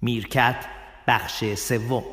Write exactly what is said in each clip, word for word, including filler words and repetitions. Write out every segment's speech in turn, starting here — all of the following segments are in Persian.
میرکت بخش سوم.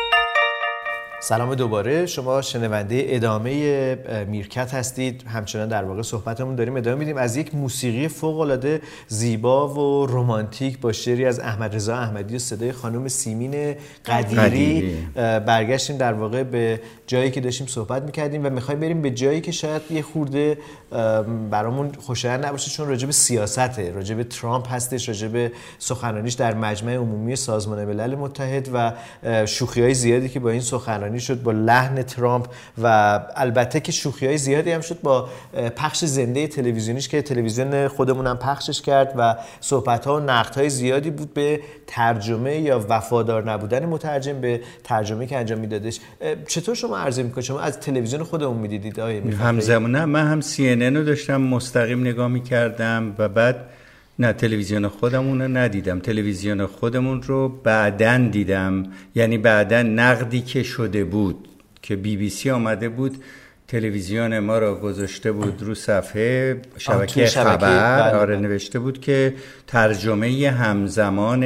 سلام دوباره، شما شنونده ادامه میرکت هستید. همچنان در واقع صحبتمون داریم ادامه میدیم از یک موسیقی فوق‌العاده زیبا و رمانتیک با شعری از احمد رضا احمدی و صدای خانم سیمین قدیری. برگشتیم در واقع به جایی که داشتیم صحبت میکردیم و میخوایم بریم به جایی که شاید یه خورده برامون خوشایند نباشه، چون راجع به سیاسته، راجع به ترامپ هستش، راجع به سخنرانیش در مجمع عمومی سازمان ملل متحد و شوخی‌های زیادی که با این سخنرانی شد با لحن ترامپ و البته که شوخی‌های زیادی هم شد با پخش زنده تلویزیونیش که تلویزیون خودمون هم پخشش کرد و صحبت‌ها و نقدهای زیادی بود به ترجمه یا وفادار نبودن مترجم به ترجمه که انجام میدادش. چطور شما عرضه می‌کنید؟ شما از تلویزیون خودمون می‌دیدید آیه می‌فهمید؟ همزمان نه، من هم سی ان ان رو داشتم مستقیم نگاه می‌کردم و بعد نه تلویزیون خودمون رو ندیدم، تلویزیون خودمون رو بعدن دیدم، یعنی بعدن نقدی که شده بود که بی بی سی آمده بود تلویزیون ما رو گذاشته بود رو صفحه شبکه خبر، آره نوشته بود که ترجمه همزمان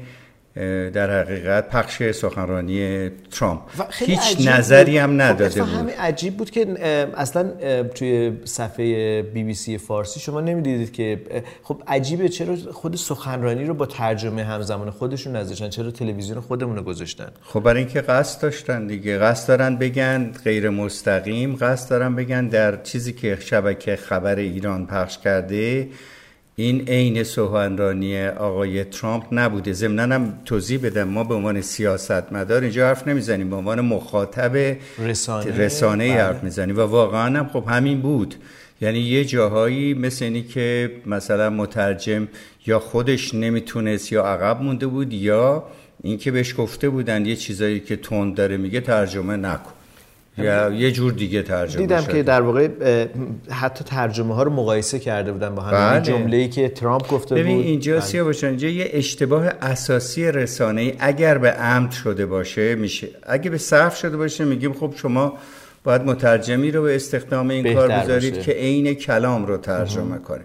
در حقیقت پخش سخنرانی ترامپ. هیچ نظری هم نداده بود. همین عجیب بود که اصلا توی صفحه بی بی سی فارسی شما نمیدیدید که خب عجیبه چرا خود سخنرانی رو با ترجمه همزمان خودشون نذاشتن، چرا تلویزیون خودمون رو گذاشتن؟ خب برای اینکه قصد داشتن دیگه، قصد دارن بگن غیر مستقیم، قصد دارن بگن در چیزی که شبکه خبر ایران پخش کرده این عین سخنرانی آقای ترامپ نبوده. ضمناً هم توضیح بدم، ما به عنوان سیاستمدار اینجا حرف نمیزنیم، به عنوان مخاطب رسانه, رسانه حرف میزنیم و واقعاً هم خب همین بود. یعنی یه جاهایی مثل اینی که مثلا مترجم یا خودش نمیتونست یا عقب مونده بود یا اینکه بهش گفته بودن یه چیزایی که تند داره میگه ترجمه نکن یا یه جور دیگه ترجمه دیدم شده. که در واقع حتی ترجمه ها رو مقایسه کرده بودن با همین جمله‌ای که ترامپ گفته ببین بود. اینجا سیا باشن، اینجا یه اشتباه اساسی رسانه‌ای اگر به عمد شده باشه میشه، اگه به سهو شده باشه میگیم خب شما باید مترجمی رو به استخدام این کار بذارید که عین کلام رو ترجمه کنه.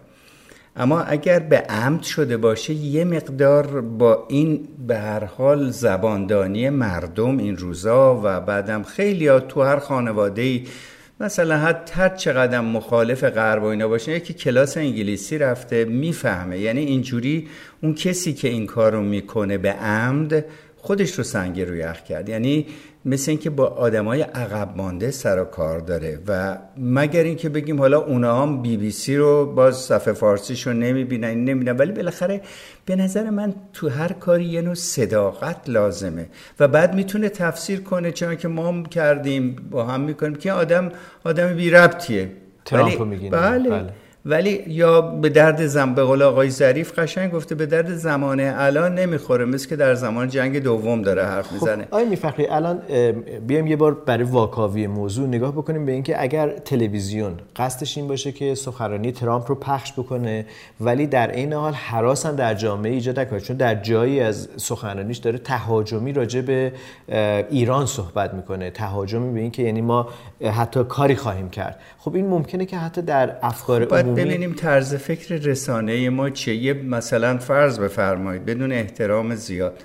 اما اگر به عمد شده باشه یه مقدار با این به هر حال زباندانی مردم این روزا و بعدم خیلی ها تو هر خانواده‌ای مثلا حتی هر چقدر مخالف غرب و اینا باشه یکی کلاس انگلیسی رفته میفهمه. یعنی اینجوری اون کسی که این کار رو میکنه به عمد خودش رو سنگ روی یخ کرد. یعنی مثل این که با آدمای عقب مانده سر و کار داره و مگر این که بگیم حالا اونا هم بی بی سی رو باز صفحه فارسیشو نمیبینن نمیبینن، ولی بالاخره به نظر من تو هر کاری یه نوع صداقت لازمه و بعد میتونه تفسیر کنه، چون که ما هم کردیم با هم میکنیم که آدم آدم بی ربطیه ترامپو میگین. بله. بله ولی یا به درد زم به قول آقای ظریف قشنگ گفته به درد زمانه الان نمیخوره، مثل که در زمان جنگ دوم داره حرف میزنه. خب آقای میرفخری الان بیایم یه بار برای واکاوی موضوع نگاه بکنیم به اینکه اگر تلویزیون قصدش این باشه که سخنرانی ترامپ رو پخش بکنه ولی در عین حال هراس هم در جامعه ایجاد نکنه، چون در جایی از سخنرانیش داره تهاجمی راجع به ایران صحبت میکنه، تهاجمی به اینکه یعنی ما حتی کاری خواهیم کرد. خب این ممکنه که حتی در افکار خب ببینیم طرز فکر رسانه ما چیه. یه مثلا فرض بفرمایید بدون احترام زیاد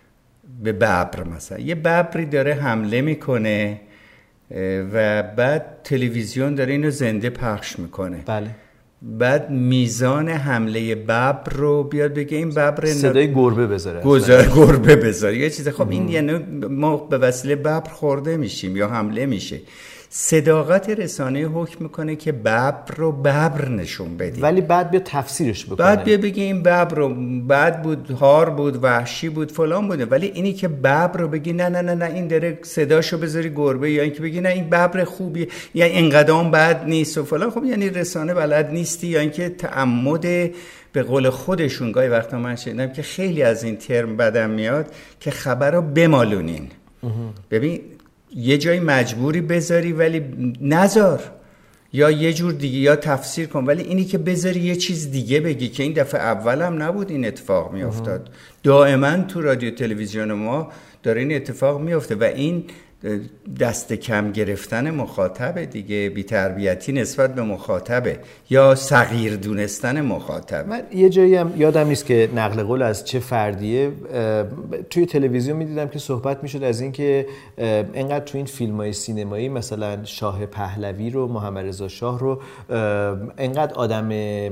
به ببر، مثلا یه ببری داره حمله میکنه و بعد تلویزیون داره اینو زنده پخش میکنه. بله. بعد میزان حمله ببر رو بیاد بگه این ببر صدای گربه بذاره، گذار گربه بذاره یه چیز. خب این یعنی ما به وسیله ببر خورده میشیم یا حمله میشه. صداقت رسانه حکم میکنه که ببر رو ببر نشون بدیم، ولی بعد بیا تفسیرش بکنه، بعد بیا بگی این ببر رو بد بود، هار بود، وحشی بود، فلان بوده. ولی اینی که ببر رو بگی نه نه نه نه این داره صداشو بذاری گربه، یا اینکه بگی نه این ببر خوبیه یا اینقدام بد نیست و فلان، خب یعنی رسانه بلد نیستی یا اینکه تعمد به قول خودشون. گاهی وقتا من شنیدم که خیلی از این ترم بدم میاد که خبر رو بمالونین. ببین یه جای مجبوری بذاری ولی نذار، یا یه جور دیگه یا تفسیر کن، ولی اینی که بذاری یه چیز دیگه بگی که این دفعه اول هم نبود این اتفاق میافتاد. دائما تو رادیو تلویزیون ما داره این اتفاق میفته و این دست کم گرفتن مخاطبه دیگه، بی‌تربیتی نسبت به مخاطبه یا صغیر دونستن مخاطب. من یه جایی هم یادم نیست که نقل قول از چه فردیه، توی تلویزیون میدیدم که صحبت میشد از این که انقدر توی این فیلم‌های سینمایی مثلا شاه پهلوی رو، محمد رضا شاه رو انقدر آدم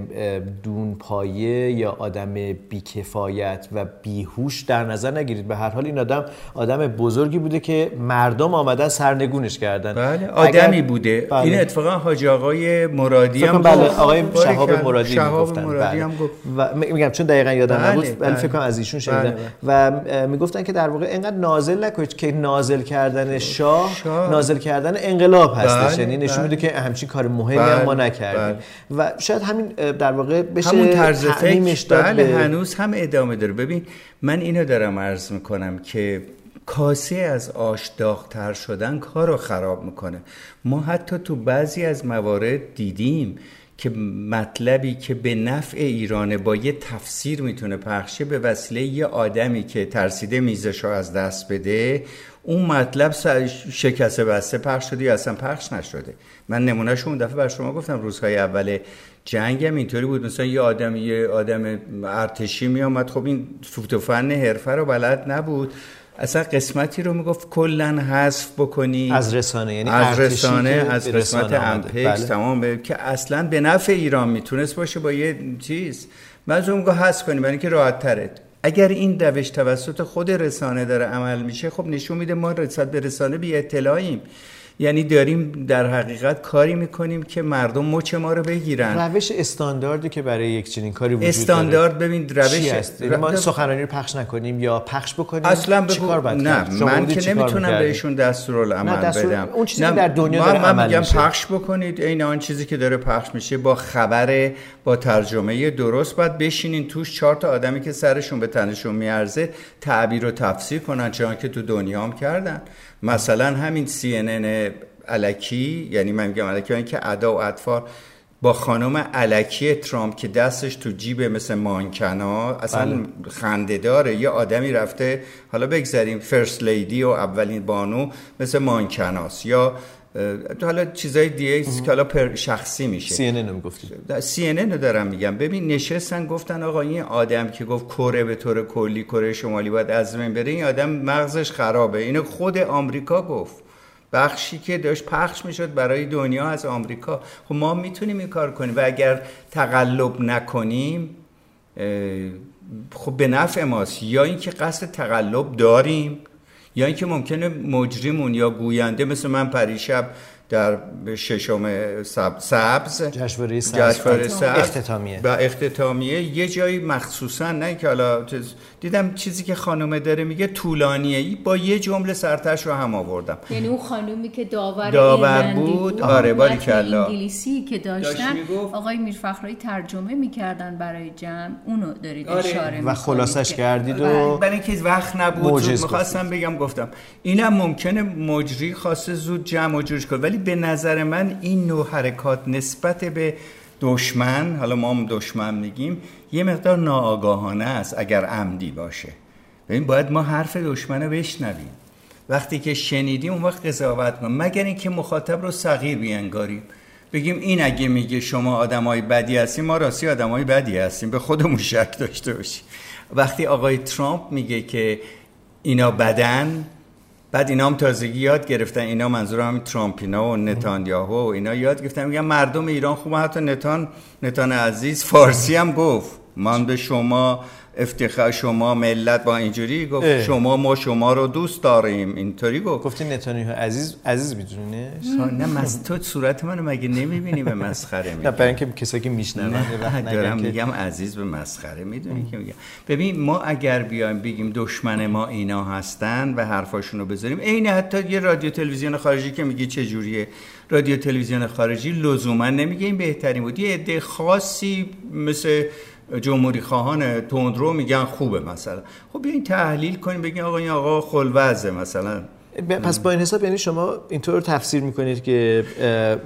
دونپایه یا آدم بیکفایت و بیهوش در نظر نگیرید. به هر حال این آدم آدم بزرگی بوده که مردم آمدن سرنگونش کردن. بله آدمی اگر... بوده. بله. این اتفاقا حاج آقای مرادی هم بله آقای شهاب مرادی میگفتن. مرادی بله. هم گفت. و میگم چون دقیقاً یادم بله. نبود ولی بله. فکر کنم از ایشون شنیدم. بله. و میگفتن که در واقع اینقدر نازل نکنید که نازل کردن شاه, شاه. نازل کردن انقلاب هستش، یعنی بله. نشون میده که همچین کار مهمی بله. هم ما نکردیم. بله. و شاید همین در واقع بشه همون طرز فکر بله به... هنوز هم ادامه داره. ببین من اینو دارم عرض میکنم که کاسه از آش داغ‌تر شدن کار رو خراب میکنه. ما حتی تو بعضی از موارد دیدیم که مطلبی که به نفع ایرانه با یه تفسیر میتونه پخشه، به وسیله یه آدمی که ترسیده میزشو از دست بده اون مطلب شکسته بسته پخش شده یا اصلا پخش نشده. من نمونهشو اون دفعه بر شما گفتم، روزهای اول جنگ هم اینطوری بود، مثلا یه آدم یه آدم ارتشی می اومد، خب این فوت و فن حرفه رو بلد نبود، اصلا قسمتی رو میگفت کلن حذف بکنی از رسانه، یعنی از رسانه از قسمت امپکس بله. تمام که اصلا به نفع ایران میتونست باشه با یه چیز، بعضی میگه حذف کنی برای اینکه راحت تره. اگر این روش توسط خود رسانه داره عمل میشه، خب نشون میده ما رسالت به رسانه بی اطلاعیم، یعنی داریم در حقیقت کاری میکنیم که مردم مچ ما رو بگیرن. روش استانداردی که برای یک چنین کاری وجود استاندارد داره ببین روش است؟ ر... ما سخنرانی رو پخش نکنیم یا پخش بکنیم اصلا بگو... چیکار باید نه من که نمیتونم بهشون دستورالعمل دستور... بدم. اون چیزی که در دنیا داره عمل من میگم میشه. پخش بکنید عین آن چیزی که داره پخش میشه با خبر با ترجمه درست، بعد بشینین توش چهار تا آدمی که سرشون به تنشون میارزه تعبیر و تفسیر کنن، چون که تو دنیا هم کردن. مثلا همین سی ان ان الکی، یعنی من میگم الکی این که ادا و اطفال با خانم الکی ترامپ که دستش تو جیب مثل مانکنا اصلا بله. خنده داره، یه آدمی رفته حالا بگذاریم فرست لیدی و اولین بانو مثل مانکناست یا حالا چیزای دیگه که حالا شخصی میشه. سی ان ان رو میگفتید؟ سی ان ان رو دارم میگم. ببین نشستن گفتن آقا این آدم که گفت کره به طور کلی کره شمالی باید از بین بره، این آدم مغزش خرابه. اینو خود آمریکا گفت، بخشی که داشت پخش میشد برای دنیا از آمریکا. خب ما میتونیم این کار کنیم و اگر تقلب نکنیم خب به نفع ماست، یا اینکه قصد تقلب داریم یا اینکه ممکنه مجریمون یا گوینده مثل من پریشب در ششم سبز جشنواره سبز, جشنواره سبز اختتامیه و اختتامیه یه جایی مخصوصا، نه که حالا دیدم چیزی که خانومه داره میگه طولانیه، با یه جمله سرتش رو هم آوردم. یعنی اون خانومی که داور داور بود, بود. آره باریکلا انگلیسی که داشتن آقای میرفخرایی ترجمه میکردن برای جمع، اونو دارید آره. اشاره و خلاصش کردید و برای اینکه وقت نبود می‌خواستم بگم گفتم اینم ممکنه مجری خواسته زود جمع و جورش کنه، ولی به نظر من این نوع حرکات نسبت به دشمن، حالا ما هم دشمن میگیم، یه مقدار ناآگاهانه است اگر عمدی باشه. ببین باید ما حرف دشمن رو بشنویم، وقتی که شنیدیم اون وقت قضاوت کنیم، مگر اینکه مخاطب رو صغیر بیانگاریم، بگیم این اگه میگه شما آدمای بدی هستیم، ما راستی آدمای بدی هستیم، به خودمون شک داشته باشیم. وقتی آقای ترامپ میگه که اینا بدن، بعد اینا هم تازگی یاد گرفتن، اینا منظورم ترامپینا و نتانیاهو و اینا یاد گرفتن میگن مردم ایران خوبه. حتی نتان نتان عزیز فارسی هم گفت من به شما افتخار، شما ملت با اینجوری گفت اه. شما ما شما رو دوست داریم، اینطوری گفت. گفتی نتانیاهو عزیز عزیز میدونی؟ نه مز تو صورت منو مگه نمیبینی به مسخره میگم؟ نه برای اینکه کسایی که میشنون دارم میگم عزیز به مسخره میدونی که میگم. ببین ما اگر بیایم بگیم دشمن ما اینا هستن و حرفاشون رو بذاریم، عین حتی یه رادیو تلویزیون خارجی که میگی چه جوریه، رادیو تلویزیون خارجی لزوما نمیگه این بهترین بود، یه عده خاصی مثل جمهوری خواهان تندرو میگن خوبه مثلا، خب بیاین تحلیل کنیم بگین آقا این آقا خلوزه مثلا. پس با این حساب یعنی شما اینطور تفسیر میکنید که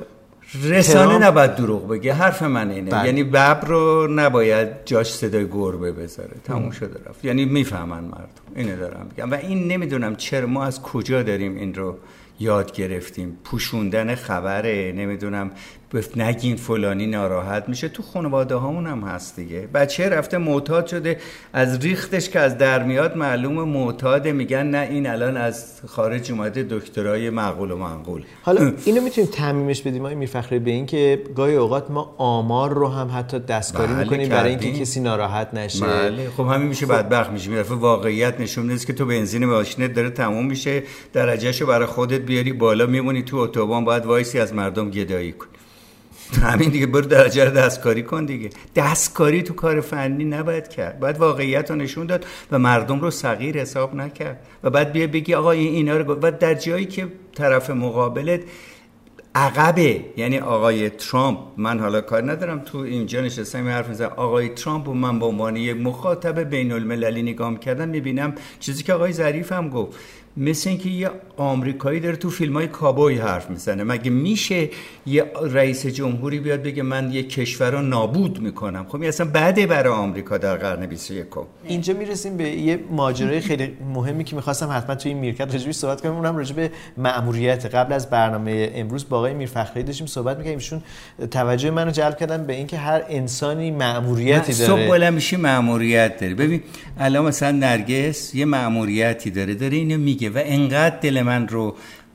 رسانه نباید دروغ بگه، حرف من اینه. بله. یعنی ببر رو نباید جاش صدای گربه بذاره، تموم شده رفت. یعنی میفهمن مردم، اینه دارم میگم. و این نمیدونم چرا ما از کجا داریم این رو یاد گرفتیم. پوشوندن خبره، نمیدونم نگین فلانی ناراحت میشه. تو خانواده هامون هم هست دیگه. بچه رفته معتاد شده، از ریختش که از در میاد معلومه معتاده، میگن نه این الان از خارج اومده دکترای معقول و منقول. حالا اینو میتونیم تعمیمش بدیم آقای میرفخرایی به این که گاهی اوقات ما آمار رو هم حتی دستکاری بله میکنیم برای اینکه کسی ناراحت نشه. بله. خب همین میشه بدبخت میشه. میرفه واقعیت نشون میده که تو بنزین ماشینت داره تموم میشه، درجهشو برای خودت بیاری بالا، میمونی تو اتوبان باید وایسی از مردم گدایی کنی. همین دیگه، برو درجه رو دستکاری کن دیگه. دستکاری تو کار فنی نباید کرد، باید واقعیت رو نشون داد و مردم رو صغیر حساب نکرد و بعد بیا بگی آقا اینا رو. و در جایی که طرف مقابلت عقبه، یعنی آقای ترامپ، من حالا کار ندارم تو اینجا نشستم حرف میزنم، آقای ترامپ و من به عنوان یک مخاطب بین المللی نگاه میکردم، میبینم چیزی که آقای ظریف هم گفت، مثل اینکه یه آمریکایی داره تو فیلم‌های کابوی حرف میزنه. مگه میشه یه رئیس جمهوری بیاد بگه من یه کشور رو نابود میکنم؟ خب این اصلا بده برای آمریکا در قرن بیست و یکم. اینجا میرسیم به یه ماجرای خیلی مهمی که میخواستم حتما توی این میرکت راجبش صحبت کنم، اونم راجع به مأموریت. قبل از برنامه امروز با آقای میرفخرایی داشتیم صحبت می‌کردیم، ایشون توجه منو جلب کردن به اینکه هر انسانی مأموریتی داره. صبح بالا میشی مأموریت داره. ببین الان مثلا نرگس یه مأموریتی داره، داره اینو میگه و انقدر دل من رو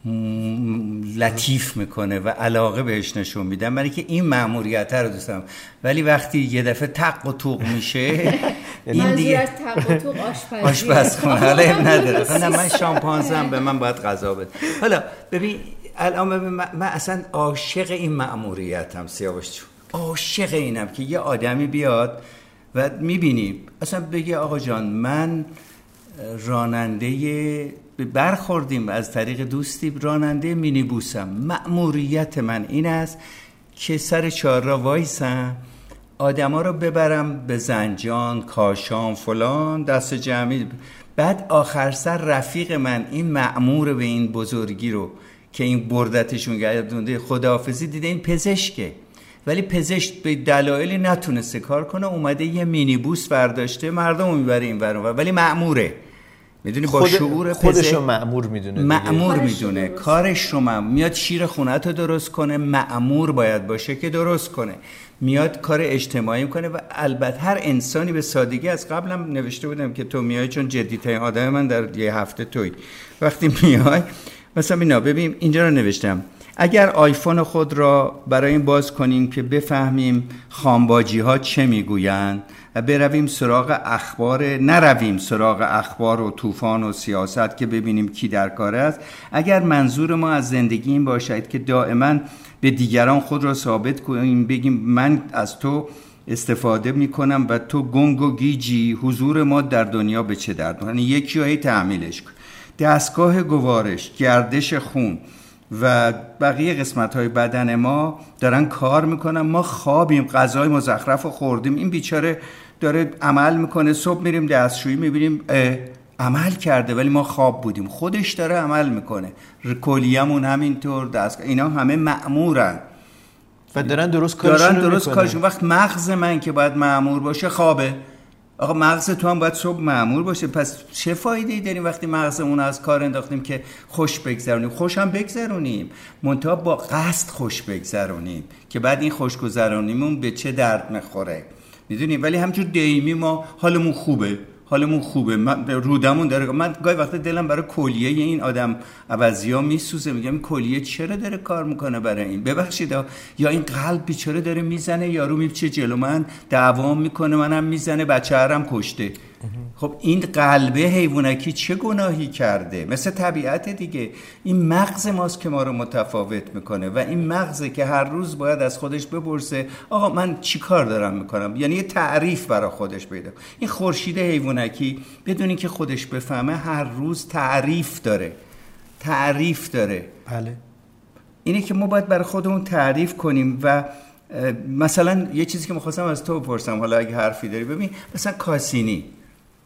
لطیف میکنه و علاقه بهش نشون میدم، برای که این مأموریت رو دوست دارم. ولی وقتی یه دفعه تق و توق میشه این دیگه تق و توق آشپزی آشپزخونه حالا این نداره. حالا من شامپانزم، به من باید غذا بده. حالا ببین الان ببین من, من اصلا عاشق این مأموریتم سیاوش جون، عاشق اینم که یه آدمی بیاد و میبینی اصلا بگه آقا جان من راننده، برخوردیم از طریق دوستی، راننده مینیبوسم، مأموریت من این است که سر چهارراه وایسم، آدما رو ببرم به زنجان، کاشان، فلان، دست جمعی، بعد آخر سر رفیق من این مأمور به این بزرگی رو که این بردتشون گردونده خداحافظی دیده، این پزشکه ولی پزشک به دلایلی نتونسته کار کنه، اومده یه مینیبوس برداشته مردم رو میبره این ور اون، ولی مأموره. میدونی با شعور خودش رو مأمور میدونه، مأمور میدونه کارش رو مأمور. میاد شیر خونت رو درست کنه، مأمور باید باشه که درست کنه. میاد کار اجتماعی میکنه و البته هر انسانی به سادگی، از قبلم نوشته بودم که تو میای چون جدی‌ترین آدم من در یه هفته توی، وقتی میای مثلا اینا ببین اینجا رو نوشتم، اگر آیفون خود را برای این باز کنیم که بفهمیم خامباجی ها چه میگویند و برویم سراغ اخبار، نرویم سراغ اخبار و طوفان و سیاست که ببینیم کی در کار است. اگر منظور ما از زندگی این باشد که دائما به دیگران خود را ثابت کنیم، بگیم من از تو استفاده میکنم و تو گنگ و گیجی، حضور ما در دنیا به چه درد؟ یعنی یکی رو هی تعمیلش کن. دستگاه گوارش، گردش خون و بقیه قسمت‌های بدن ما دارن کار میکنن، ما خوابیم، غذای مزخرف رو خوردیم، این بیچاره داره عمل میکنه، صبح میریم دستشویی میبینیم عمل کرده ولی ما خواب بودیم، خودش داره عمل میکنه. کلیه‌مون همینطور، دست اینا همه مأمورن و دارن درست کارشون دارن درست کارشون. وقت مغز من که باید مأمور باشه خوابه. آقا مغز تو هم باید صبح مأمور باشه، پس چه فایده‌ای داریم وقتی مغزمون از کار انداختیم که خوش بگذرونیم؟ خوش هم بگذرونیم، منتها با قصد خوش بگذرونیم که بعد این خوشگذرونیمون به چه درد میخوره، میدونیم؟ ولی همچون دیمی ما حالمون خوبه، حالمون خوبه، من رودمون داره. من گاهی وقتا دلم برای کلیه این آدم عوضی‌ها میسوزه، میگم این کلیه چرا داره کار میکنه برای این؟ ببخشید یا این قلب بیچاره داره میزنه، یارو میپچه جلو من دعوام میکنه، منم میزنه، بچه‌هرم کشته. خب این قلبه حیوانکی چه گناهی کرده؟ مثل طبیعت دیگه. این مغز ماست که ما رو متفاوت میکنه و این مغزه که هر روز باید از خودش بپرسه آقا من چی کار دارم میکنم، یعنی یه تعریف برای خودش پیدا. این خورشید حیوانکی بدون اینکه خودش بفهمه هر روز تعریف داره، تعریف داره. بله. اینه که ما باید برای خودمون تعریف کنیم. و مثلا یه چیزی که می‌خواستم از تو بپرسم، حالا اگه حرفی داری، ببین مثلا کاسینی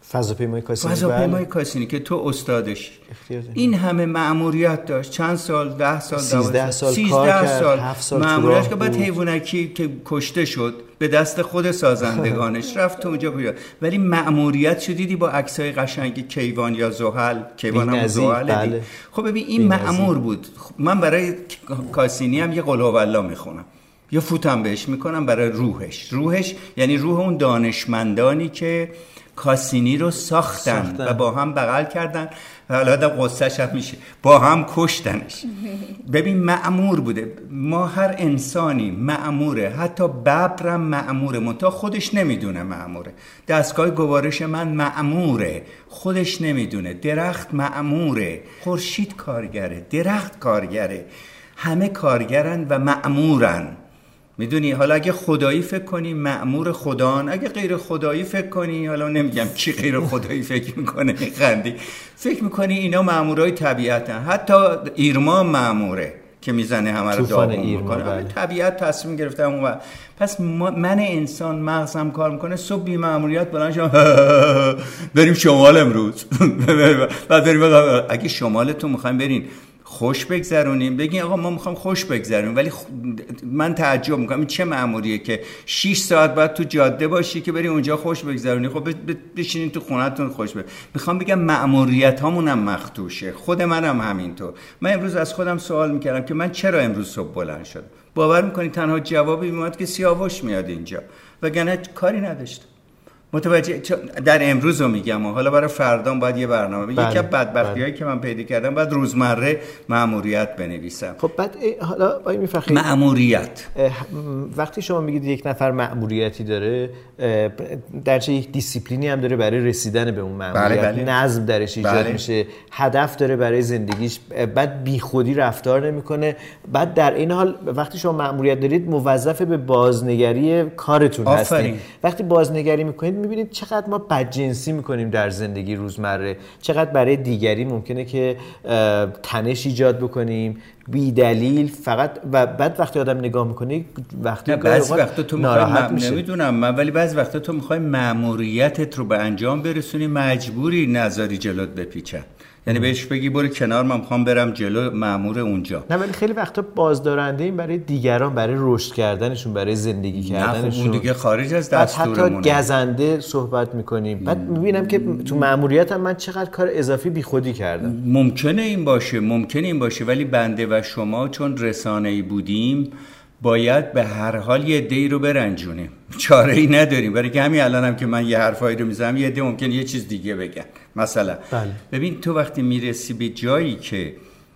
فضاپیمای کاسینی فضاپیمای کاسینی که تو استادش این همه مأموریت داشت، چند سال، ده سال، سیزده سال کار کرد، هفت سال مأموریت که بعد حیوانکی که کشته شد به دست خود سازندگانش رفت تو اونجا بود. ولی مأموریت شو دیدی با عکسای قشنگ کیوان یا زحل، کیوان هم زحل بله. خب ببین این مأمور بود. من برای کاسینی هم یه قل هوالله میخونم یا فوتم بهش میکنم برای روحش. روحش یعنی روح اون دانشمندانی که کاسینی رو ساختن, ساختن و با هم بغل کردن و حالا آدم قصه‌ش هم میشه با هم کشتنش. ببین مأمور بوده. ما هر انسانی مأموره، حتی ببرم مأموره، منتها خودش نمیدونه مأموره. دستگاه گوارش من مأموره، خودش نمیدونه. درخت مأموره، خورشید کارگره، درخت کارگره، همه کارگرن و مأمورن. میدونی حالا اگه خدایی فکر کنی مأمور خدان، اگه غیر خدایی فکر کنی، حالا نمیگم کی غیر خدایی فکر میکنه خندی، فکر میکنی اینا مأمورای طبیعتن. حتی ایرما مأموره که میزنه همه رو داغون میکنه. بله. طبیعت تصمیم گرفته اون. پس من انسان مغزم کار میکنه، صبح بی مأموریت بلند شم بریم شمال امروز بعد بریم اگه شمالتون میخوایم برین خوش بگذرونیم، بگین آقا ما میخوام خوش بگذرونیم. ولی خ... من تعجب میکنم این چه مأموریه که شش ساعت بعد تو جاده باشی که بری اونجا خوش بگذرونی. خب ب... بشینین تو خونه‌تون خوش بگذرونید. میخوام بگم مأموریت هامونم مخدوشه. خود منم همینطور. من امروز از خودم سوال میکردم که من چرا امروز صبح بلند شدم. باور میکنی تنها جوابی میاد که سیاوش میاد اینجا، وگرنه کاری نداشتم. متوجه در امروز رو میگم، حالا برای فردام باید یه برنامه. بله. یکی از بدبختی‌هایی که من پیدا کردم بعد روزمره مأموریت بنویسم. خب بعد حالا آقای میرفخری مأموریت وقتی شما میگید یک نفر مأموریتی داره، در چه یک دیسیپلینی هم داره برای رسیدن به اون مأموریت. بله بله. نظم درش ایجاد بله. میشه، هدف داره برای زندگیش، بعد بیخودی رفتار نمیکنه. بعد در این حال وقتی شما مأموریت دارید موظف به بازنگری کارتون هستید. وقتی بازنگری میکنید میبینید چقدر ما بدجنسی میکنیم در زندگی روزمره، چقدر برای دیگری ممکنه که تنش ایجاد بکنیم بی دلیل فقط. و بعد وقتی آدم نگاه میکنه وقتی بعضی وقتا تو ناراحت میشه. نمیدونم من، ولی بعضی وقتا تو میخوای مأموریتت رو به انجام برسونی، مجبوری نذاری جلوت بپیچن. یعنی بهش بگی برو کنار، من میخوام برم جلو مأمور اونجا. نه ولی خیلی وقتا بازدارنده این برای دیگران، برای رشد کردنشون، برای زندگی کردنشون. نه خب اون دیگه خارج از دستورمونه. حتی گزنده صحبت میکنیم. بعد میبینم که تو مأموریتم من چقدر کار اضافی بیخودی کردم. ممکنه این باشه، ممکنه این باشه، ولی بنده و شما چون رسانه‌ای بودیم باید به هر حال یه عده‌ای رو برنجونیم. چاره‌ای نداریم. برای که همین الانم هم که من یه حرفایی رو میزنم یه عده ممکنه یه چیز دیگه بگن. مثلا بله. ببین تو وقتی میرسی به جایی که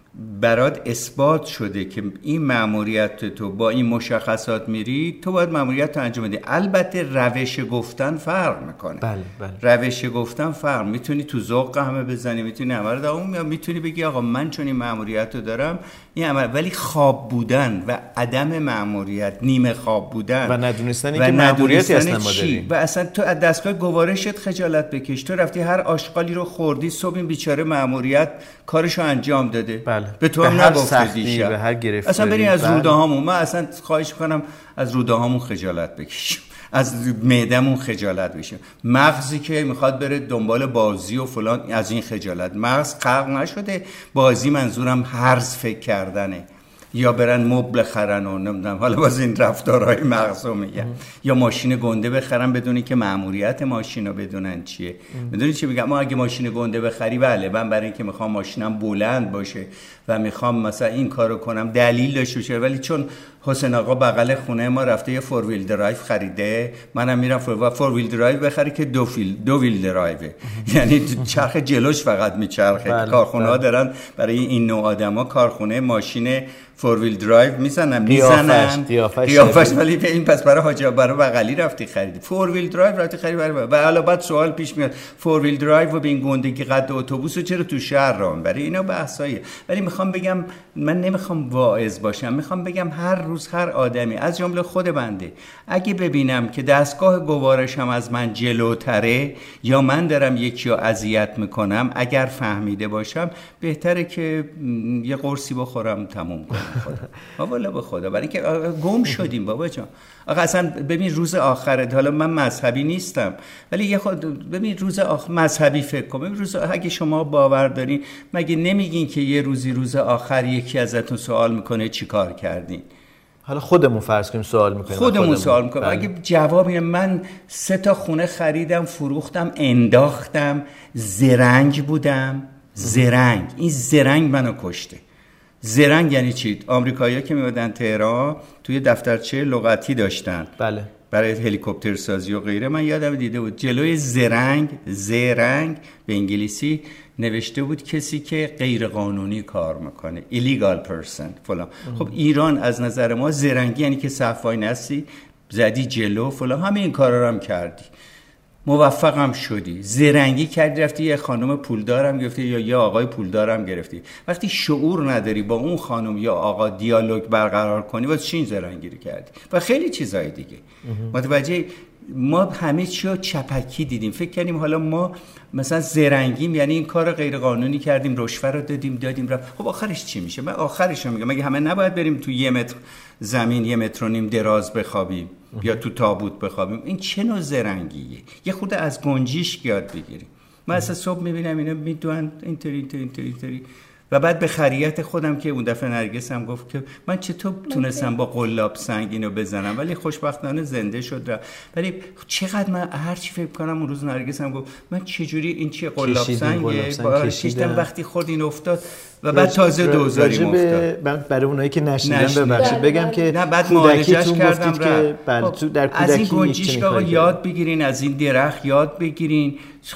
برات اثبات شده که این مأموریت تو با این مشخصات میری، تو باید مأموریت رو انجام بدی. البته روش گفتن فرق میکنه. بله بله. روش گفتن فرق، میتونی تو ذوق همه بزنی، میتونی همه رو دوام، یا میتونی بگی آقا من چون این مأموریت رو دارم این عمل. ولی خواب بودن و عدم مأموریت، نیمه خواب بودن و ندونستن که مأموریتی اصلا ما داریم، و اصلا تو از دستگاه گوارشت خجالت بکش. تو رفتی هر آشغالی رو خوردی، صبح این بیچاره مأموریت کارشو انجام داده. بله. به تو هم نگفته دیشب. به هر گرفتاری. اصلا بریم از روده هامون، من اصلا خواهش میکنم از روده هامون خجالت بکشیم، از معدمون خجالت بکشیم. مغزی که میخواد بره دنبال بازی و فلان، از این خجالت. مغز خلق نشده بازی، منظورم هرز فکر کردنه، یا برن مبل خرن و نمیدونم، حالا باز این رفتارهای مغزو میگن، یا ماشین گنده بخرن بدونی که مأموریت ماشین رو بدونن چیه. میدونی چی میگم؟ ما اگه ماشین گنده بخری، بله من برای اینکه میخوام ماشینم بلند باشه و میخوام مثلا این کارو کنم دلیل داشته باشه، ولی چون حسین آقا بغل خونه ما رفته یه فور ویل درایو خریده، منم میرم فور, فور ویل درایو بخری که دو ویل دو ویل درایوه، یعنی چرخ جلوش فقط میچرخه. کارخونه ها دارن برای این نوع آدما کارخونه ماشین فور ویل درایو میزنن میزنن قیافش، ولی به این پس برای حاجی برای بغلی رفتی خریدی فور ویل درایو رفتی خریدی برای. و حالا بعد سوال پیش میاد فور ویل درایو و به این گندگی قد اتوبوسو چرا تو شهر راه برای اینا بحثایه. ولی میخوام بگم من نمیخوام واعظ باشم، میخوام بگم هر روز هر آدمی از جمله خود بنده اگه ببینم که دستگاه گوارشم از من جلوتره یا من دارم یکی رو اذیت میکنم، اگر فهمیده باشم بهتره که یه قرصی بخورم تموم کنم خودم. والا به خدا، برای اینکه گم شدیم بابا جان. آقا اصلا ببین روز آخرت، حالا من مذهبی نیستم ولی یه خود ببین روز آخر مذهبی فکر کن، ببین روز اگه شما باور دارین مگه نمیگین که یه روزی روز آخر یکی ازتون سوال میکنه چی کار کردین؟ حالا خودمون فرض کنیم سوال میکنیم، خودمون, خودمون سوال میکنیم. اگه جوابی من سه تا خونه خریدم، فروختم، انداختم، زرنگ بودم، زرنگ، این زرنگ منو کشته. زرنگ یعنی چی؟ آمریکایی‌ها که میادن تهران توی دفترچه لغتی داشتن، بله، برای هلیکوپتر سازی و غیره. من یادم دیده بود جلوی زرنگ، زرنگ به انگلیسی نوشته بود کسی که غیر قانونی کار میکنه، illegal person فلان. خب ایران از نظر ما زرنگی یعنی که صفای نستی زدی جلو فلان، همه این کارا رو هم کردی، موفقم شدی، زرنگی کردی، رفتی یه خانم پولدارم گرفتی یا یه آقای پولدارم گرفتی. وقتی شعور نداری با اون خانم یا آقا دیالوگ برقرار کنی، واسه چین زرنگی کردی و خیلی چیزای دیگه. متوجه ما همه چی رو چپکی دیدیم، فکر کردیم حالا ما مثلا زرنگیم یعنی این کار غیر قانونی کردیم، رشوه رو دادیم دادیم رفت. خب آخرش چی میشه؟ من آخرش رو میگم، مگه همه نباید بریم تو یه متر زمین یه متر و نیم دراز بخوابیم یا تو تابوت بخوابیم؟ این چه نوع زرنگیه؟ یه خورده از گنجیش یاد بگیریم. من اصلا صبح میبینم اینا میدونن اینطوری اینطوری اینطوری و بعد به خریت خودم که اون دفعه نرگس هم گفت که من چطور تونستم با قلاب سنگ اینو بزنم، ولی خوشبختانه زنده شد را. ولی چقدر من هر چی فکر کنم اون روز نرگس هم گفت من چجوری این چیه قلاب سنگه با کشیدم وقتی خورد این افتاد و بعد تازه دوزاریم افتاد. برای اونایی که نشنیدن ببخشید بگم که نه بعد معالجه‌اش کردم که بله تو در کودکی از این گنجشگاه یاد بگیرین، از این درخت یاد بگیرین.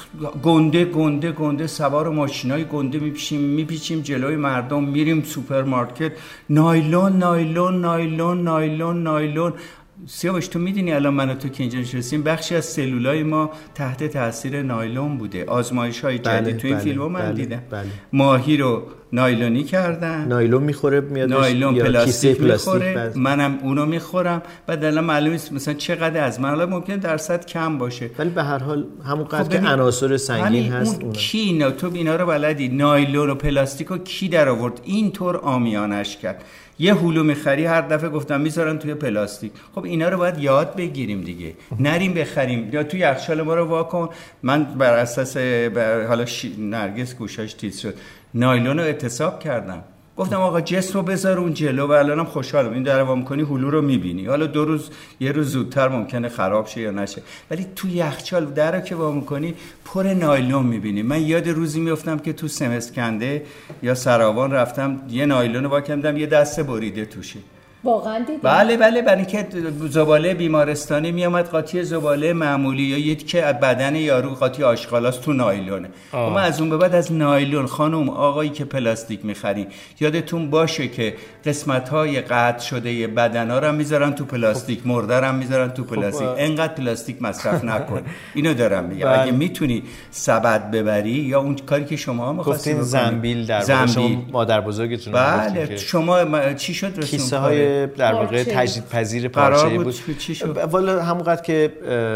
گنده گنده گنده سوار ماشینای گنده میپیچیم میپیچیم جلوی مردم، میریم سوپرمارکت، نایلون نایلون نایلون نایلون نایلون. سیاوش تو میدونی الان من و تو که اینجا نشستیم بخشی از سلولای ما تحت تاثیر نایلون بوده. آزمایش‌های جدید بله، تو این بله، فیلمو من بله، دیدم بله. ماهی رو نایلونی کردن، نایلون میخوره میاد، نایلون پلاستیک میخوره، بله. منم اونو میخورم. بعد الان معلومه مثلا چقدر از من الان ممکن درصد کم باشه ولی به هر حال همون قدر خب که عناصر سنگین هست. اون کی نه تو اینا رو بلدی؟ نایلون و پلاستیکو کی در آورد اینطور عامیانش کرد؟ یه هلو میخری هر دفعه گفتم میذارن توی پلاستیک. خب اینا رو باید یاد بگیریم دیگه، نریم بخریم یا توی یخچال ما رو واکن. من بر اساس بر حالا ش... نرگس گوشاش تیز شد، نایلون رو اعتصاب کردم، گفتم آقا جسم رو بذار اون جلو و الانم خوشحالم. این در وا می‌کنی هلو رو می‌بینی، حالا دو روز یه روز زودتر ممکنه خراب شه یا نشه، ولی تو یخچال در رو که وا می‌کنی پر نایلون می‌بینی. من یاد روزی میافتم که تو سمسکنده یا سراوان رفتم یه نایلون وا کردم، یه دسته بریده توشه. واقعا دیدم. بله بله، برای اینکه زباله بیمارستانی میامد قاطی زباله معمولی یا یکی که بدن یارو قاطی آشغالاست تو نایلونه. ما از اون به بعد از نایلون خانم آقایی که پلاستیک میخرین یادتون باشه که قسمت‌های قطع شده بدنا رو میذارن تو پلاستیک، مرده رو میذارن تو پلاستیک. انقدر پلاستیک مصرف نکن. اینو دارم میگم. اگه میتونی سبد ببری یا اون کاری که شما می‌خواستین زنبیل در زنبیل مادر بزرگتون بله شما چی شد رسون در واقع تجدید پذیر پارچه‌ای بود. والا همونقدر که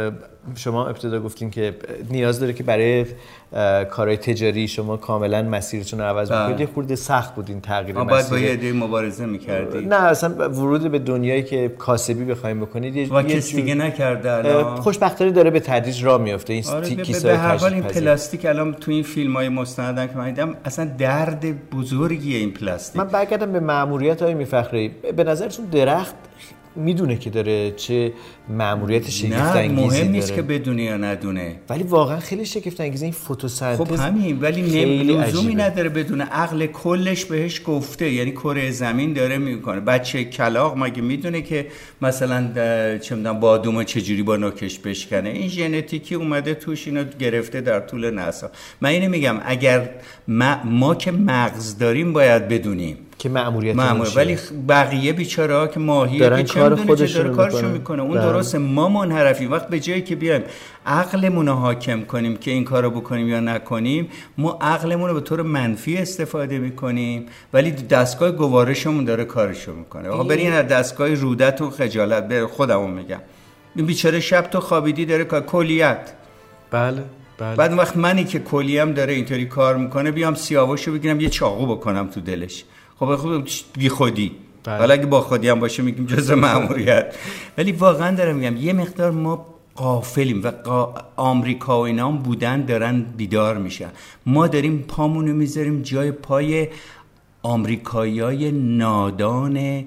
شما ابتدا گفتین که نیاز داره که برای کارهای تجاری شما کاملا مسیرتون رو عوض بکنید، یه خورده سخت بود این تغییر مسیر. باید با یه عده مبارزه می‌کردید. نه اصلا ورود به دنیایی که کاسبی بخوایم بکنید یه کسی دیگه نکرده الان. خوشبختانه داره به تدریج راه میفته این آره کیسه‌های به هر حال این پلاستیک الان تو این فیلم‌های مستندن که من دیدم اصلا درد بزرگیه این پلاستیک. من برگردم به مأموریت‌های میرفخری. به نظرتون درخت میدونه که داره چه مأموریت شگفت انگیزی داره؟ مهم نیست که بدونه یا ندونه، ولی واقعا خیلی شگفت انگیزه این فتوسنتز. خب همین، ولی لزومی نداره بدونه، عقل کلش بهش گفته، یعنی کره زمین داره میکنه. بچه کلاغ مگه میدونه که مثلا چه میدونم بادومو چجوری با نوکش بشکنه؟ این ژنتیکی اومده توش، اینو گرفته در طول نسل. من اینو میگم اگر ما, ما که مغز داریم باید بدونیم که که مأموریت مأمور. ولی بقیه بیچاره‌ها که ماهیه که چه می‌دونه چه داره کارشو میکنه اون درسته. ما منحرفیم وقت به جایی که بیایم عقلمون رو حاکم کنیم که این کارو بکنیم یا نکنیم، ما عقلمون رو به طور منفی استفاده میکنیم ولی دستگاه گوارشمون داره کارشو میکنه. آقا برین از دستگاه رودت و خجالت، بر خودمون میگم این بیچاره شب تو خوابیدی داره کار کلیت. بله بله. بعد وقت منی که کلیم داره اینطوری کار میکنه بیام سیاوشو بگیرم یه چاقو بکنم تو دلش، خب خب بی خودی. حالا بله. اگه با خودی هم باشه میگیم جزء مأموریت. ولی واقعا دارم میگم یه مقدار ما غافلیم و قا... آمریکا و اینا هم بودن دارن بیدار میشن. ما داریم پامونو میذاریم جای پای آمریکاییای نادان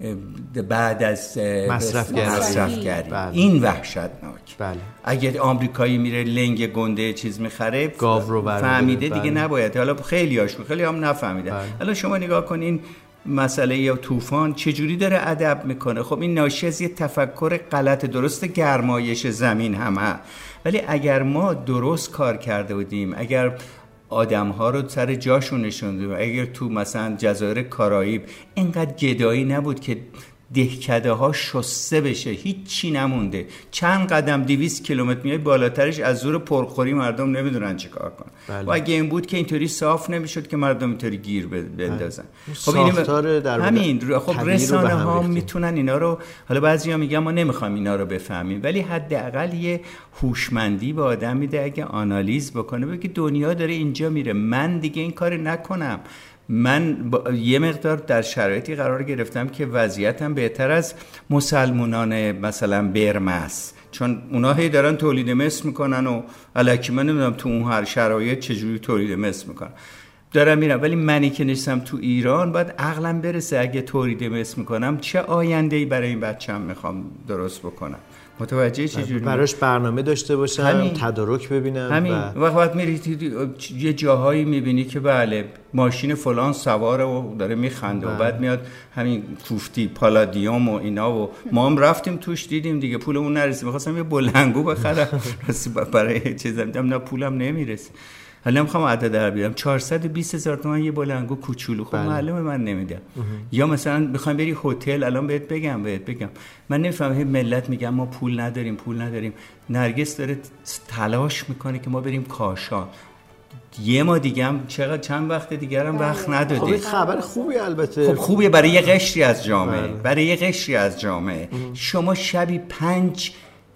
بعد از مصرفگری. بله. این وحشتناک. بله. اگه آمریکایی میره لنگ گنده چیز میخره گاو رو فهمیده بله. دیگه نباید. حالا خیلی هاشون خیلی هم نفهمیدن. بله. حالا شما نگاه کنین مسئله یا طوفان چجوری داره ادب میکنه. خب این ناشی از یه تفکر غلط. درست گرمایش زمین همه، ولی اگر ما درست کار کرده بودیم، اگر آدم ها رو سر جاشون نشوندیم، اگر تو مثلا جزایر کارائیب اینقدر گدایی نبود که دهکده ها شسته بشه، هیچ چی نمونده، چند قدم دویست کیلومتر میای بالاترش از زور پرخوری مردم نمیدونن چی کار کنن. بله. و اگه این بود که اینطوری صاف نمیشد که مردم اینطوری گیر بندازن. خب این در همین خب رسانه ها میتونن اینا رو، حالا بعضیا میگن ما نمیخوایم اینا رو بفهمیم، ولی حداقل یه هوشمندی به آدم میده اگه آنالیز بکنه بگه دنیا داره اینجا میره، من دیگه این کار نکنم. من یه مقدار در شرایطی قرار گرفتم که وضعیتم بهتر از مسلمانان مثلا برم است، چون اونا هی دارن تولید مثل میکنن و الکی من نمیدونم تو اون هر شرایط چجوری تولید مثل میکنن دارم میرم، ولی منی که نشستم تو ایران باید عقلم برسه اگه تولید مثل میکنم چه آینده‌ای برای این بچه‌م میخوام درست بکنم. متوجه چجوری براش برنامه داشته باشم، همین. تدارک ببینم. همین و... وقت وقت میری یه جاهایی میبینی که بله ماشین فلان سواره و داره میخنده و بعد میاد همین کوفتی پالادیوم و اینا و ما هم رفتیم توش دیدیم دیگه پولمون نرسید. میخواستم یه بلنگو بخرم راستی برای چیزا میدم نه پولم نمیرسه. حالا میخوام عدد در بیارم چهارصد و بیست هزار تومان یه بلنگو کوچولو. خب معلومه من نمیدم. یا مثلا میخوایم بری هتل، الان بهت بگم بهت بگم من نمیفهمم ملت میگن ما پول نداریم پول نداریم. نرگس داره تلاش میکنه که ما بریم کاشان. یه ما دیگه هم چقدر چند وقت دیگه هم وقت ندادیم. خب این خبر خوبی البته. خب خوبه برای یه قشری از جامعه. بله. برای یه قشری از جامعه. شما شبی پنج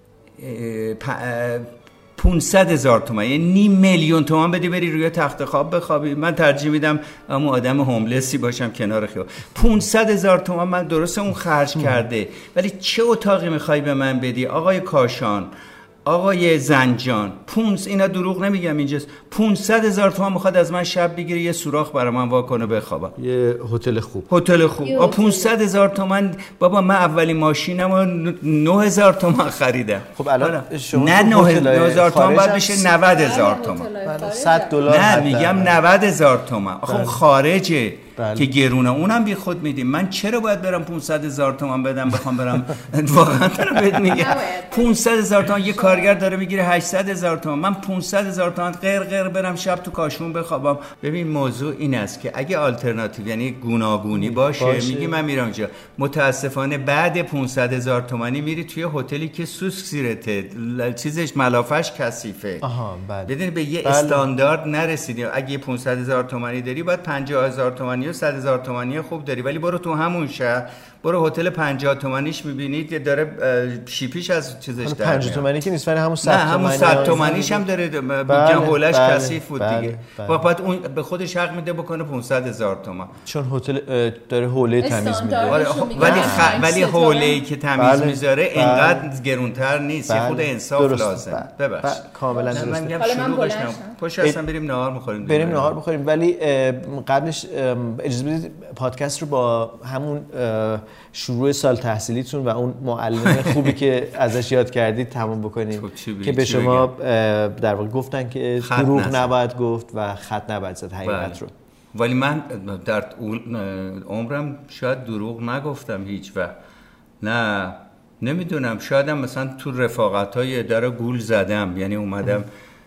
پونصد هزار تومان یعنی نیم میلیون تومان بدی بری روی تخت خواب بخوابی. من ترجیح میدم اما آدم هوملسی باشم کنار خیابون. پونصد هزار تومان من درسته اون خرج کرده، ولی چه اتاقی میخوای به من بدی آقای کاشان، آقای زنجان؟ پونس اینا دروغ نمیگم اینجاست. پونصد هزار تومان میخواد از من شب بگیره یه سوراخ برای من واکنه بخوابم. یه هتل خوب. هتل خوب. آ پونصد هزار تومان بابا من اولی ماشینمو نه هزار تومان خریدم. خب الان شما نه نه هزار تومان بعد بشه نود هزار تومان. صد دلار. نه میگم نود هزار تومان. آخه خارجه. بله. که گرونه اونم بی خود میدیم. من چرا باید برم پونصد هزار تومان بدم بخوام برم واقعا دارم بهت میگم پونصد هزار تومان یه کارگر داره میگیره هشتصد هزار تومان، من پونصد هزار تومان غیر غیر برم شب تو کاشون بخوابم. ببین موضوع این است که اگه آلترناتیو یعنی گوناگونی باشه, باشه. میگی من میرم اونجا. متاسفانه بعد پونصد هزار تومانی میری توی هتلی که سوسک زیرته چیزش ملافش کثیفه. آها بله. بدون به یه بله. استاندارد نرسیدیم. اگه پونصد هزار تومانی داری باید پنجاه هزار تومانی و صد هزار تومانی خوب داری، ولی برو تو همون شهر برو هتل پنجاه تومانیش میبینید داره شیپیش از چیزش در پنجاه تومانی که نیست، ولی همون صد تومانی. نه همون صد تومانیش هم داره میگن هولش کثیف بود بله. دیگه. بله. بعد اون به خودش حق میده بکنه پانصد هزار تومان چون هتل داره حوله تمیز میده. ولی خ... ولی حوله‌ای که تمیز بله. میذاره اینقدر گرونتر نیست. بله. خود انصاف لازم. ببخش کاملا درسته. من میگم شروع بشنم پشت اصلا بریم نهار بخوریم. بریم نهار بخوریم، ولی قبلش اجازه بدید پادکست رو با همون شروع سال تحصیلیتون و اون معلم خوبی که ازش یاد کردید تمام بکنیم که به شما در واقع گفتن که دروغ نزد. نباید گفت و خط نباید زد حقیقت رو. ولی من در عمرم شاید دروغ نگفتم هیچ وقت. نه نمیدونم، شایدم مثلا تو رفاقت‌های در گول زدم، یعنی اومدم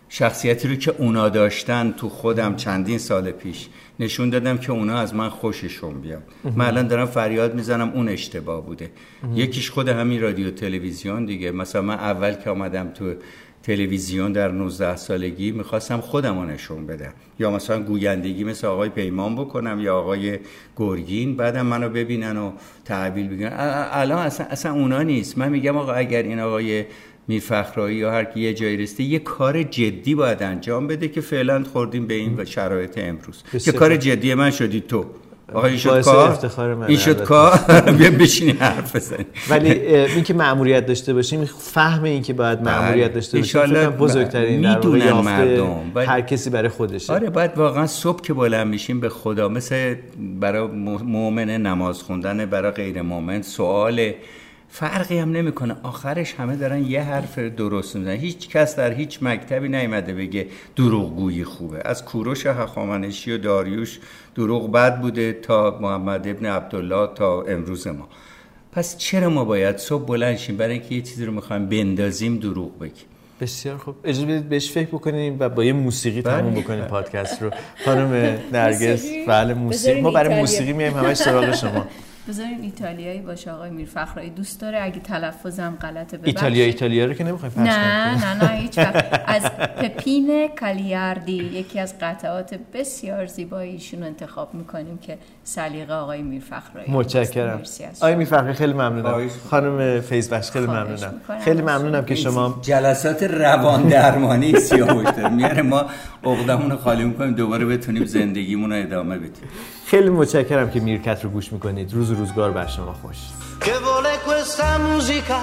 شخصیتی رو که اونا داشتن تو خودم چندین سال پیش نشون دادم که اونا از من خوششون بیاد. من الان دارم فریاد میزنم اون اشتباه بوده. یکیش خود همین رادیو تلویزیون دیگه. مثلا من اول که آمدم تو تلویزیون در نوزده سالگی میخواستم خودم رو نشون بدم، یا مثلا گویندگی مثل آقای پیمان بکنم یا آقای گرگین، بعدم منو ببینن و تحویل بگیرن. الان اصلا, اصلا اونا نیست. من میگم آقا اگر این آقای میرفخرایی یا هر کی یه جایی رسیده یه کار جدی باید انجام بده که فعلا خوردیم به این شرایط امروز که کار جدی من شدی تو. آقا این شد کار، این شد کار، بیا بشینی حرف بزنی. ولی این که مأموریت داشته باشیم، فهم این که باید مأموریت داشته باشیم فکر بزرگترین در واقع مردم هر کسی برای خودشه. آره باید واقعا صبح که بلند میشیم به خدا، مثل برای مؤمن نماز خوندن، برای غیر مؤمن سوال فرقی هم نمیکنه، آخرش همه دارن یه حرف درست میزنن. هیچ کس در هیچ مکتبی نیامده بگه دروغگویی خوبه. از کوروش هخامنشی و داریوش دروغ بد بوده تا محمد ابن عبدالله تا امروز ما. پس چرا ما باید صبح بلند شیم برای اینکه یه چیزی رو میخوایم بندازیم دروغ بگیم؟ بسیار خوب، اجازه بدید بهش فکر بکنیم و با یه موسیقی تموم بکنیم پادکست رو. خانم نرگس، بله موسیقی، ما برای موسیقی میایم همش سراغ شما. بذاریم ایتالیایی باشه. آقای میرفخرایی دوست داره، اگه تلفظم غلطه ببخشید. ایتالیا ایتالیا رو که نمیخوایم پخش کنیم. نه نه نه هیچ وقت. از پپین کالیاردی یکی از قطعات بسیار زیبایی ایشون انتخاب میکنیم که سلیقه آقای میرفخرایی. متشکرم. آقای میرفخرایی خیلی ممنونم. خانم فیضبخش خیلی ممنونم. خیلی ممنونم که شما جلسات روان درمانی سیاوش داریم. میاره ما عقدمون رو خالی میکنیم دوباره بتونیم زندگیمون رو ادامه بدیم. خیلی متشکرم که میرکت رو گوش میکنید. روز و روزگار بر شما خوش. Che vuole questa musica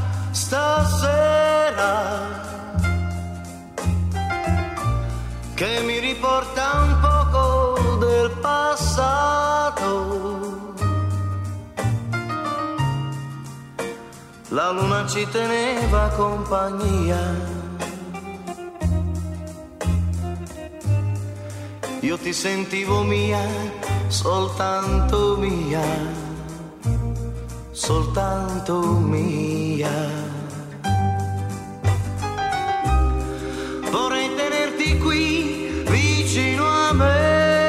stasera che mi riporta un poco del passato. La luna ci teneva compagnia. Io ti sentivo mia, soltanto mia, soltanto mia. Vorrei tenerti qui vicino a me.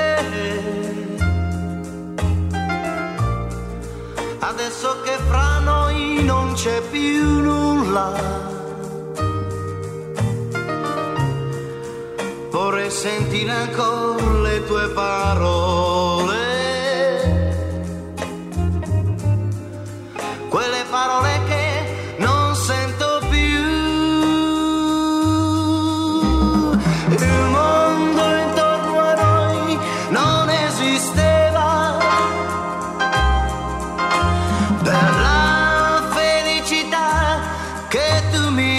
Adesso che fra noi non c'è più nulla. Vorrei sentire ancora le tue parole, quelle parole che non sento più. Il mondo intorno a noi non esisteva, per la felicità che tu mi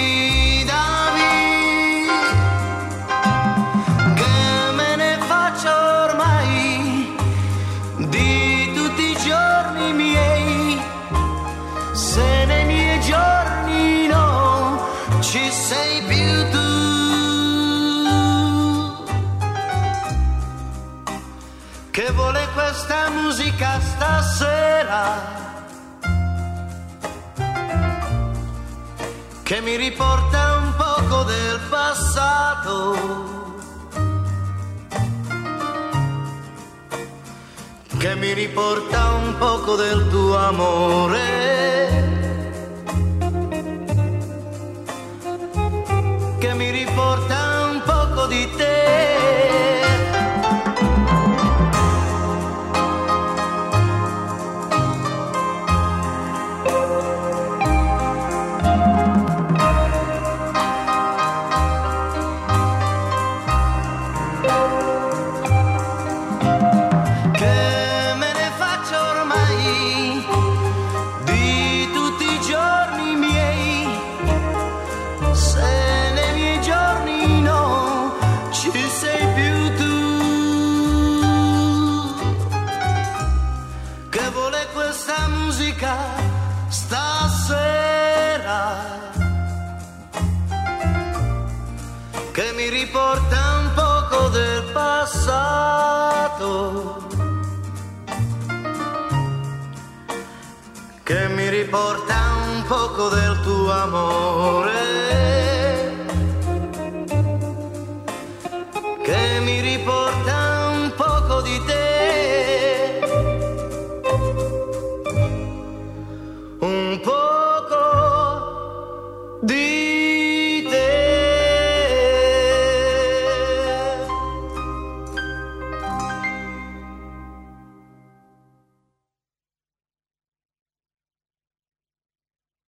che vuole questa musica stasera che mi riporta un poco del passato, che mi riporta un poco del tuo amore, che mi riporta un poco di te. Stasera che mi riporta un poco del passato, che mi riporta un poco del tuo amore,